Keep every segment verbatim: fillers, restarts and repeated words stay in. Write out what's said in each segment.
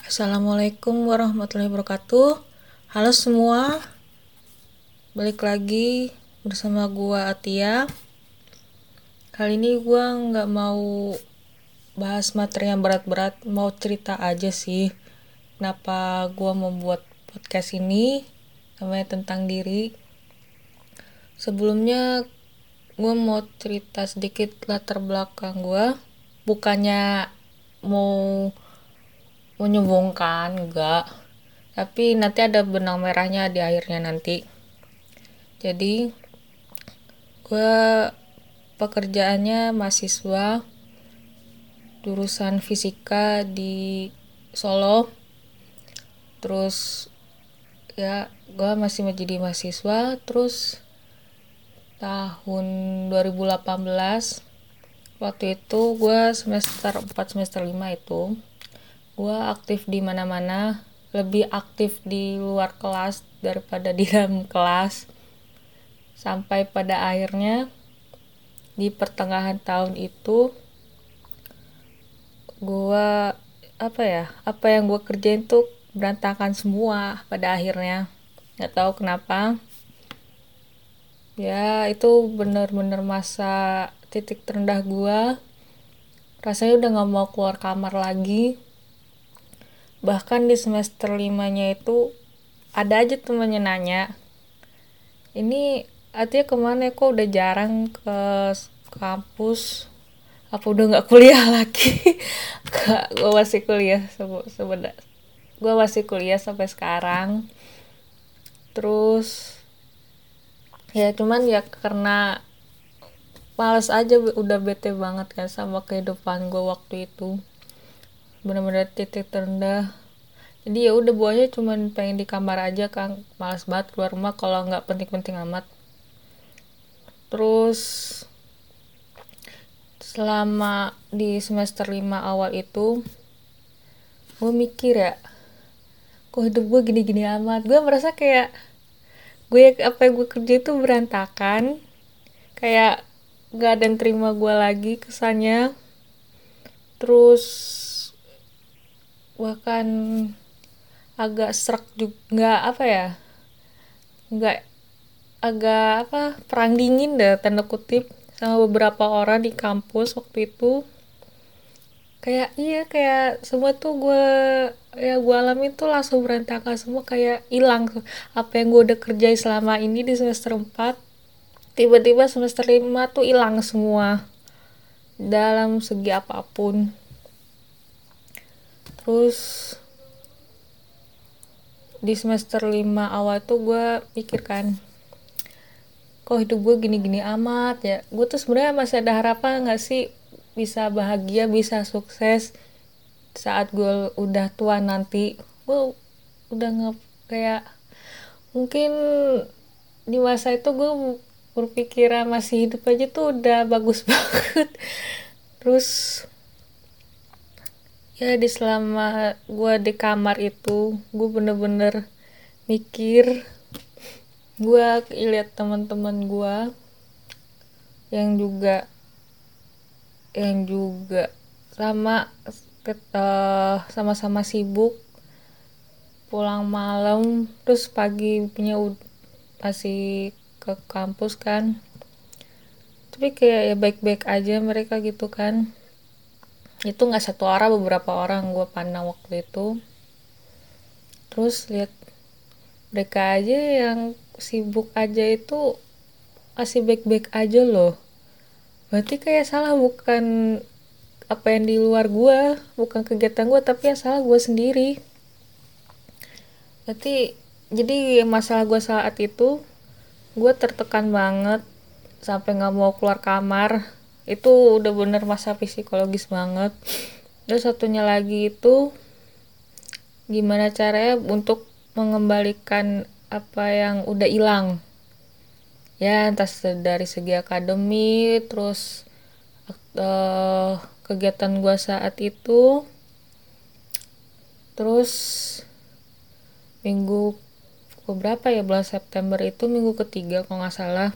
Assalamualaikum warahmatullahi wabarakatuh. Halo semua, balik lagi bersama gua Atia. Kali ini gua nggak mau bahas materi yang berat-berat, mau cerita aja sih kenapa gua membuat podcast ini, namanya tentang diri. Sebelumnya gua mau cerita sedikit latar belakang gua, bukannya mau menyombongkan, enggak, tapi nanti ada benang merahnya di akhirnya nanti. Jadi gue pekerjaannya mahasiswa jurusan fisika di Solo. Terus ya gue masih menjadi mahasiswa. Terus tahun dua ribu delapan belas waktu itu gue semester empat semester lima itu gue aktif di mana-mana, lebih aktif di luar kelas daripada di dalam kelas, sampai pada akhirnya di pertengahan tahun itu gue apa ya apa yang gue kerjain tuh berantakan semua pada akhirnya. Nggak tahu kenapa, ya itu bener-bener masa titik terendah gue. Rasanya udah nggak mau keluar kamar lagi. Bahkan di semester limanya itu ada aja temennya nanya, ini artinya kemana, kok udah jarang ke kampus, apa udah nggak kuliah lagi? Gak, gue masih kuliah sebenarnya, gue masih kuliah sampai sekarang. Terus ya cuman ya karena males aja, udah bete banget kan sama kehidupan gue waktu itu, bener-bener titik terendah. Jadi ya udah buahnya cuman pengen di kamar aja kan, malas banget keluar rumah kalau nggak penting-penting amat. Terus selama di semester lima awal itu gue mikir ya, kok hidup gue gini-gini amat. Gue merasa kayak gue apa yang gue kerja itu berantakan, kayak nggak ada yang terima gue lagi kesannya. Terus bahkan agak serak juga, nggak apa ya, nggak agak apa perang dingin deh tanda kutip sama beberapa orang di kampus waktu itu. Kayak iya, kayak semua tuh gue ya gue alamin tuh langsung berantakan semua, kayak hilang apa yang gue udah kerjain selama ini di semester empat, tiba-tiba semester lima tuh hilang semua dalam segi apapun. Terus di semester lima awal tuh gue pikir kan, kok hidup gue gini-gini amat ya. Gue tuh sebenarnya masih ada harapan nggak sih bisa bahagia, bisa sukses saat gue udah tua nanti. Gue udah nge kayak mungkin di masa itu gue berpikiran masih hidup aja tuh udah bagus banget. Terus ya di selama gue di kamar itu gue bener-bener mikir, gue lihat teman-teman gue yang juga yang juga sama uh, sama-sama sibuk, pulang malam terus pagi punya masih ke kampus kan, tapi kayak ya baik-baik aja mereka gitu kan. Itu nggak satu orang, beberapa orang gue pandang waktu itu. Terus lihat mereka aja yang sibuk aja itu masih baik-baik aja loh. Berarti kayak salah bukan apa yang di luar gue, bukan kegiatan gue, tapi yang salah gue sendiri. Berarti jadi masalah gue saat itu, gue tertekan banget sampai nggak mau keluar kamar. Itu udah bener masa psikologis banget. Terus satunya lagi itu gimana caranya untuk mengembalikan apa yang udah hilang, ya entah dari segi akademi, terus uh, kegiatan gue saat itu. Terus minggu berapa ya, bulan September itu minggu ketiga kalau nggak salah,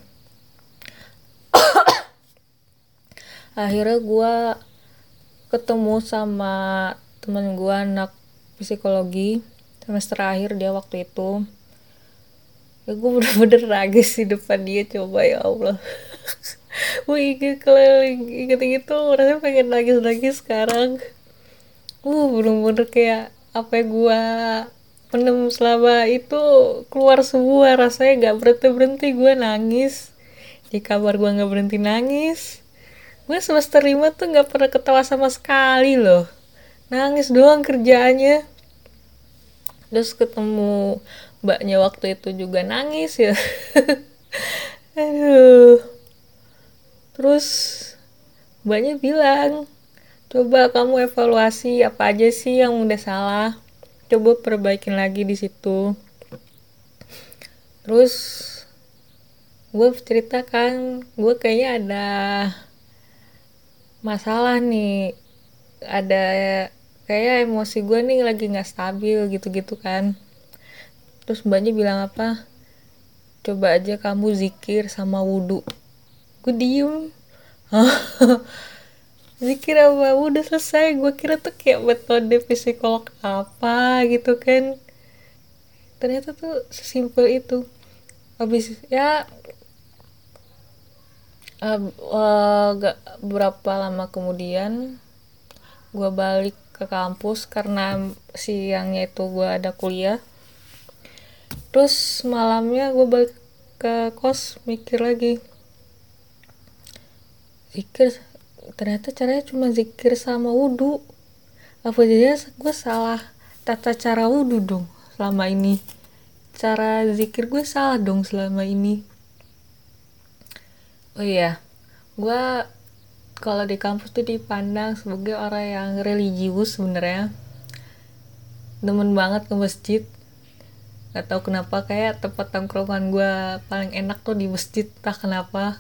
akhirnya gue ketemu sama temen gue, anak psikologi semester akhir dia waktu itu. Ya gue bener-bener nangis di depan dia, coba ya Allah. Gue inget kalau inget gitu rasanya pengen nangis-nangis sekarang. Uh bener-bener kayak apa yang gue pendem selama itu keluar semua, rasanya gak berhenti-berhenti gue nangis. Di kamar gue gak berhenti nangis. Gue semester lima tuh gak pernah ketawa sama sekali loh, nangis doang kerjaannya. Terus ketemu mbaknya waktu itu juga nangis ya. Aduh. Terus mbaknya bilang, coba kamu evaluasi apa aja sih yang udah salah, coba perbaikin lagi di situ. Terus gue ceritakan, gue kayaknya ada masalah nih, ada kayak emosi gue nih lagi nggak stabil gitu-gitu kan. Terus mbaknya bilang apa, coba aja kamu zikir sama wudhu. Gue diem. Zikir apa udah selesai, gue kira tuh kayak metode psikolog apa gitu kan, ternyata tuh sesimpel itu. Habis ya uh, uh, gak berapa lama kemudian gue balik ke kampus karena siangnya itu gue ada kuliah. Terus malamnya gue balik ke kos mikir lagi, zikir ternyata caranya cuma zikir sama wudhu. Apa jadinya gue salah tata cara wudhu dong selama ini, cara zikir gue salah dong selama ini. Oh iya, gue kalau di kampus tuh dipandang sebagai orang yang religius sebenarnya, demen banget ke masjid. Gak tau kenapa, kayak tempat tongkrongan gue paling enak tuh di masjid, tak kenapa.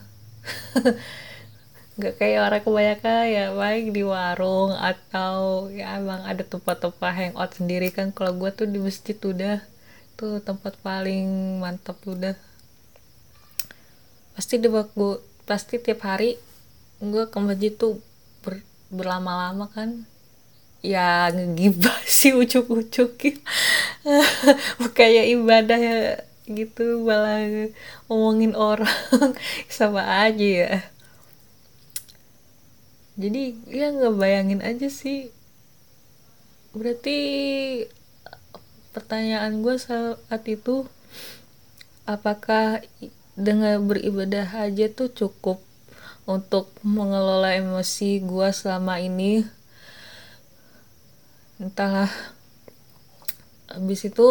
Gak kayak orang kebanyakan ya baik di warung atau ya emang ada tempat-tempat hangout sendiri kan. Kalau gue tuh di masjid udah tuh tempat paling mantap udah. Pasti di gue pasti tiap hari gue ke masjid tuh ber, berlama-lama kan. Ya ngegibah sih ucuk-ucukin. Kayak ibadah ya gitu, malah ngomongin orang. Sama aja ya. Jadi ya ngebayangin aja sih. Berarti pertanyaan gue saat itu, apakah dengan beribadah aja tuh cukup untuk mengelola emosi gue selama ini? Entahlah. Habis itu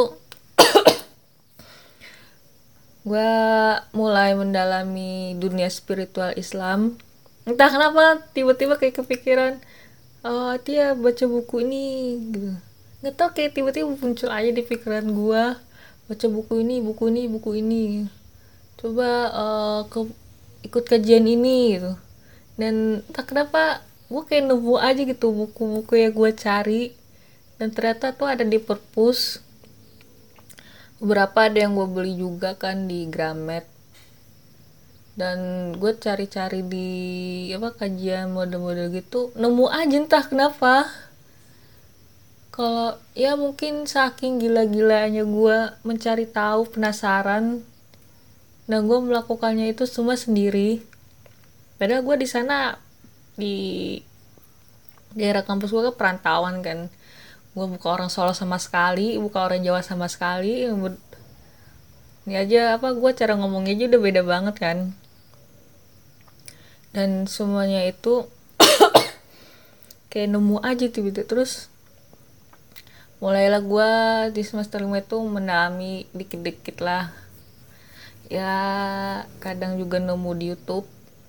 gue mulai mendalami dunia spiritual Islam. Entah kenapa tiba-tiba kayak kepikiran, oh dia baca buku ini gitu. Nggak tau, kayak tiba-tiba muncul aja di pikiran gue, baca buku ini, buku ini, buku ini. Coba uh, ke, ikut kajian ini gitu. Dan entah kenapa gue kayak nemu aja gitu buku-buku yang gue cari. Dan ternyata tuh ada di perpus. Beberapa ada yang gue beli juga kan di Gramet. Dan gue cari-cari di apa kajian model-model gitu, nemu aja entah kenapa. Kalau ya mungkin saking gila-gilanya gue mencari tahu, penasaran, dan gue melakukannya itu semua sendiri. Padahal gue di sana di daerah kampus gue kan perantauan kan. Gue bukan orang Solo sama sekali, bukan orang Jawa sama sekali. Ini aja apa gue cara ngomongnya aja udah beda banget kan. Dan semuanya itu kayak nemu aja tiba-tiba. Terus mulailah gue di semester lima itu mendalami dikit-dikit lah. Ya kadang juga nemu di YouTube.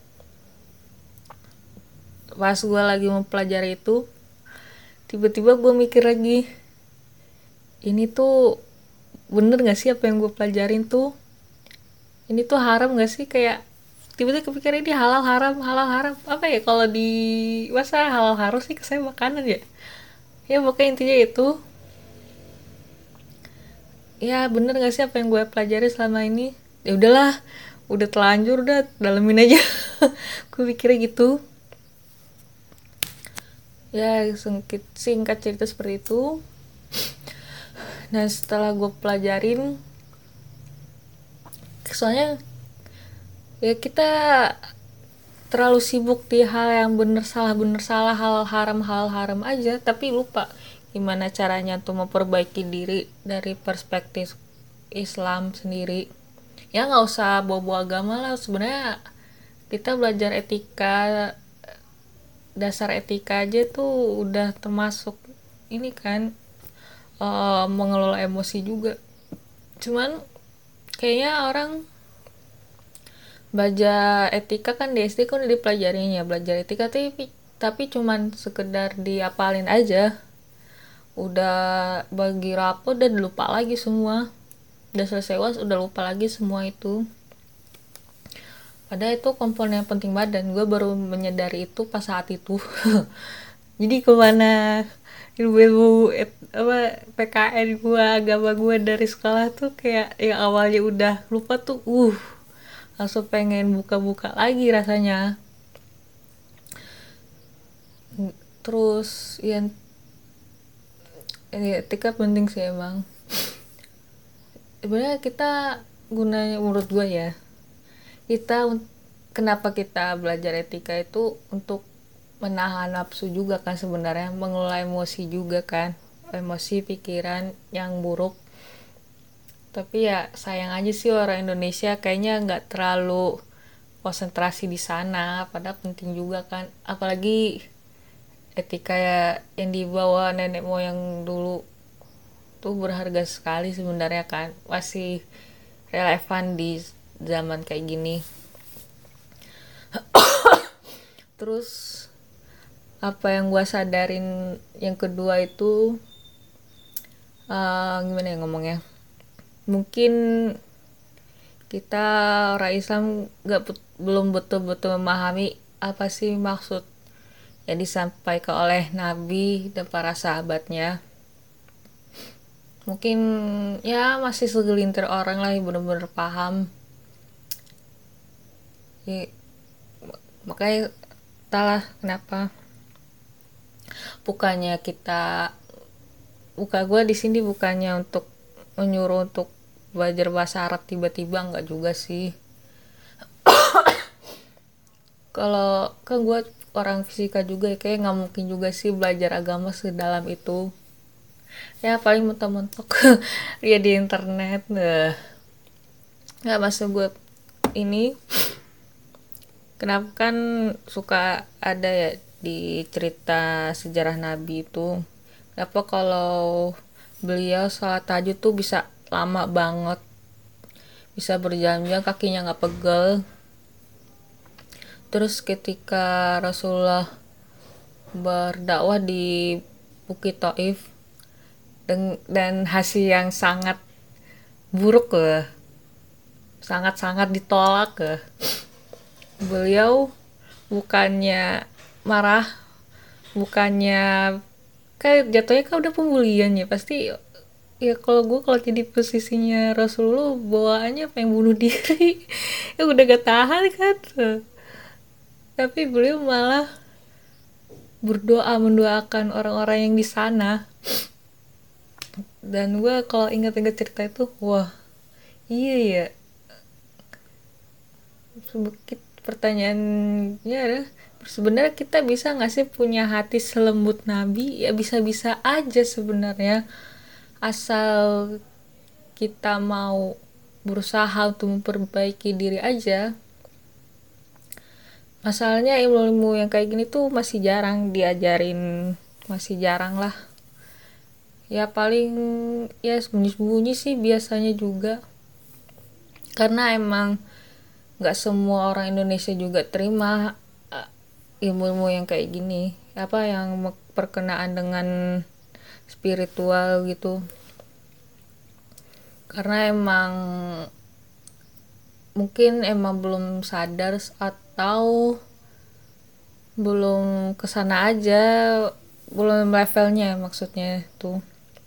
Pas gue lagi mempelajari itu, tiba-tiba gue mikir lagi, ini tuh bener gak sih apa yang gue pelajarin tuh? Ini tuh haram gak sih? Kayak tiba-tiba kepikiran ini halal haram, halal haram. Apa ya kalau di masa halal haram sih kesannya makanan ya? Ya pokoknya intinya itu. Ya bener gak sih apa yang gue pelajari selama ini? Ya udahlah, udah telanjur, udah dalemin aja. Gue pikirnya gitu. Ya singkat, singkat cerita seperti itu. Dan setelah gue pelajarin, soalnya ya kita terlalu sibuk di hal yang bener salah bener salah, hal haram hal haram aja, tapi lupa gimana caranya untuk memperbaiki diri dari perspektif Islam sendiri. Ya nggak usah bawa-bawa agama lah, sebenarnya kita belajar etika, dasar etika aja tuh udah termasuk ini kan, uh, mengelola emosi juga. Cuman kayaknya orang belajar etika kan di S D kan udah dipelajarin ya belajar etika, tapi tapi cuman sekedar diapalin aja, udah bagi rapot dan lupa lagi semua, udah selesai uas udah lupa lagi semua itu. Padahal itu komponen yang penting banget, dan gue baru menyadari itu pas saat itu. Jadi kemana ilmu-ilmu apa P K N gue, agama gue dari sekolah tuh kayak yang awalnya udah lupa tuh, uh langsung pengen buka-buka lagi rasanya. Terus yang etika penting sih emang. Sebenarnya kita gunanya, menurut gue ya, kita kenapa kita belajar etika itu untuk menahan nafsu juga kan sebenarnya, mengelola emosi juga kan, emosi pikiran yang buruk. Tapi ya sayang aja sih orang Indonesia kayaknya nggak terlalu konsentrasi di sana, padahal penting juga kan, apalagi etika ya yang dibawa nenek moyang dulu tuh berharga sekali sebenarnya kan, masih relevan di zaman kayak gini. Terus apa yang gue sadarin yang kedua itu, uh, gimana ya ngomongnya, mungkin kita orang Islam gak belum betul-betul memahami apa sih maksud yang disampaikan oleh Nabi dan para sahabatnya. Mungkin ya masih segelintir orang lah yang benar-benar paham ya, makanya entahlah kenapa bukannya kita buka gue di sini bukannya untuk menyuruh untuk belajar bahasa Arab tiba-tiba, enggak juga sih. Kalau kan gue orang fisika juga ya, kayak nggak mungkin juga sih belajar agama sedalam itu. Ya paling mentok-mentok ya di internet. Nah, nggak masuk gue ini. Kenapa kan suka ada ya di cerita sejarah Nabi itu, kenapa kalau beliau sholat tahajud tuh bisa lama banget, bisa berjam-jam kakinya nggak pegel. Terus ketika Rasulullah berdakwah di Bukit Taif dan, dan hasil yang sangat buruk ke, sangat-sangat ditolak ke, beliau bukannya marah, bukannya kayak jatuhnya kan udah pembulian ya pasti ya. Kalau gue kalau jadi posisinya Rasulullah bawaannya pengen bunuh diri ya udah gak tahan kan, tapi beliau malah berdoa mendoakan orang-orang yang di sana. Dan gue kalau ingat-ingat cerita itu, wah iya ya, sedikit pertanyaannya adalah sebenarnya kita bisa nggak sih punya hati selembut Nabi? Ya bisa-bisa aja sebenarnya, asal kita mau berusaha untuk memperbaiki diri aja. Masalahnya ilmu-ilmu yang kayak gini tuh masih jarang diajarin, masih jarang lah. Ya paling ya sembunyi-sembunyi sih biasanya juga, karena emang nggak semua orang Indonesia juga terima uh, ilmu-ilmu yang kayak gini, apa yang perkenaan dengan spiritual gitu, karena emang mungkin emang belum sadar atau belum kesana aja, belum levelnya maksudnya tuh.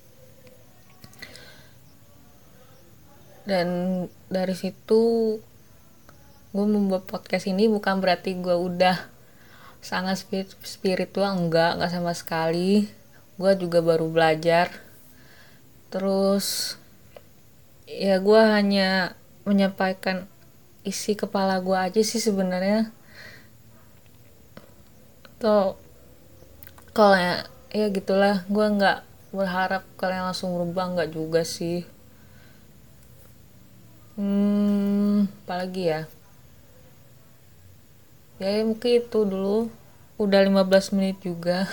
Dan dari situ gue membuat podcast ini bukan berarti gue udah sangat spiritual, enggak, enggak sama sekali. Gue juga baru belajar, Terus ya gue hanya menyampaikan isi kepala gue aja sih sebenarnya. Tuh kalau ya, ya gitulah, gue nggak berharap kalian langsung berubah, nggak juga sih. Hmm, apalagi ya? Ya mungkin itu dulu. Udah lima belas menit juga.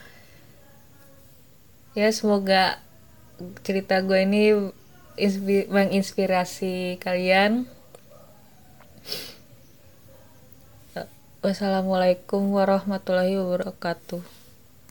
Ya semoga cerita gue ini inspi- menginspirasi kalian. Wassalamualaikum warahmatullahi wabarakatuh.